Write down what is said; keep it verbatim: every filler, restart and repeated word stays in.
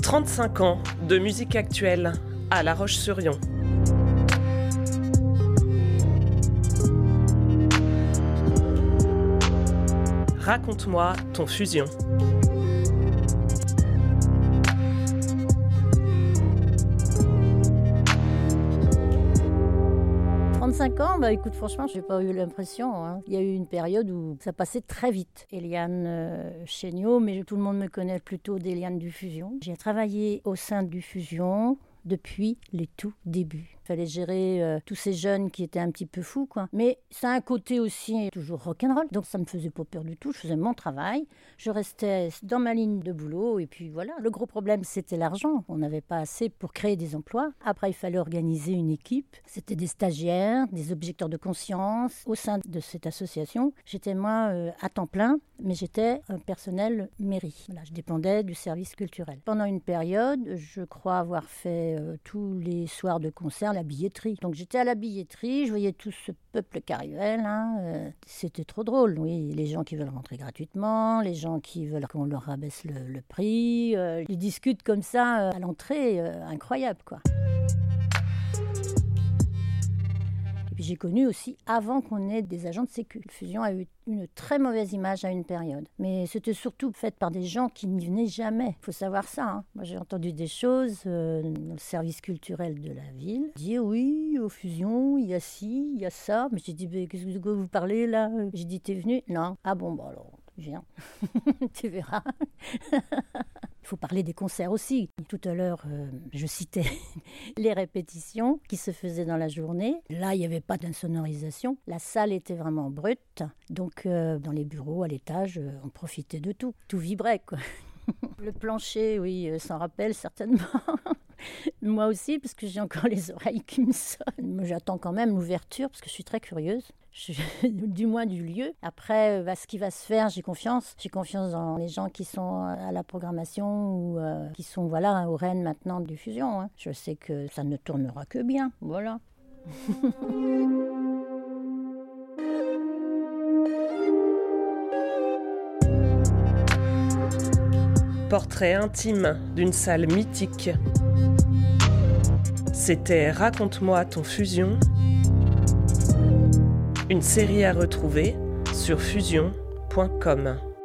trente-cinq ans de musique actuelle à La Roche-sur-Yon. Raconte-moi ton fusion. trente-cinq ans, bah écoute, franchement, j'ai pas eu l'impression. Hein. Il y a eu une période où ça passait très vite. Eliane euh, Chéniaud, mais tout le monde me connaît plutôt d'Eliane du Fusion. J'ai travaillé au sein du Fusion depuis les tout débuts. Il fallait gérer euh, tous ces jeunes qui étaient un petit peu fous, quoi. Mais ça a un côté aussi toujours rock'n'roll, donc ça me faisait pas peur du tout. Je faisais mon travail, je restais dans ma ligne de boulot, et puis voilà. Le gros problème, c'était l'argent. On n'avait pas assez pour créer des emplois. Après, il fallait organiser une équipe. C'était des stagiaires, des objecteurs de conscience. Au sein de cette association, j'étais moi euh, à temps plein, mais j'étais un personnel mairie. Voilà, je dépendais du service culturel. Pendant une période, je crois avoir fait euh, tous les soirs de concert la billetterie. Donc j'étais à la billetterie, je voyais tout ce peuple qui arrivait là. Euh, c'était trop drôle, oui. Les gens qui veulent rentrer gratuitement, les gens qui veulent qu'on leur rabaisse le, le prix. Euh, ils discutent comme ça euh, à l'entrée, euh, incroyable quoi. Puis j'ai connu aussi avant qu'on ait des agents de sécu. Le Fusion a eu une très mauvaise image à une période. Mais c'était surtout fait par des gens qui n'y venaient jamais. Il faut savoir ça. Hein. Moi, j'ai entendu des choses euh, dans le service culturel de la ville. Dire oui, au Fusion, il y a ci, il y a ça. Mais j'ai dit, mais qu'est-ce que vous parlez là? J'ai dit, t'es venu? Non. Ah bon, bah alors, viens. Tu verras. Il faut parler des concerts aussi. Tout à l'heure, euh, je citais les répétitions qui se faisaient dans la journée. Là, il n'y avait pas d'insonorisation. La salle était vraiment brute. Donc, euh, dans les bureaux, à l'étage, euh, on profitait de tout. Tout vibrait, quoi. Le plancher, oui, euh, s'en rappelle certainement. Moi aussi, parce que j'ai encore les oreilles qui me sonnent. J'attends quand même l'ouverture, parce que je suis très curieuse. Je, du moins du lieu. Après, bah, ce qui va se faire, j'ai confiance. J'ai confiance dans les gens qui sont à la programmation ou euh, qui sont voilà, aux rênes maintenant du Fusion. Hein. Je sais que ça ne tournera que bien. Voilà. Portrait intime d'une salle mythique. C'était Raconte-moi ton Fusion. Une série à retrouver sur fusion point com.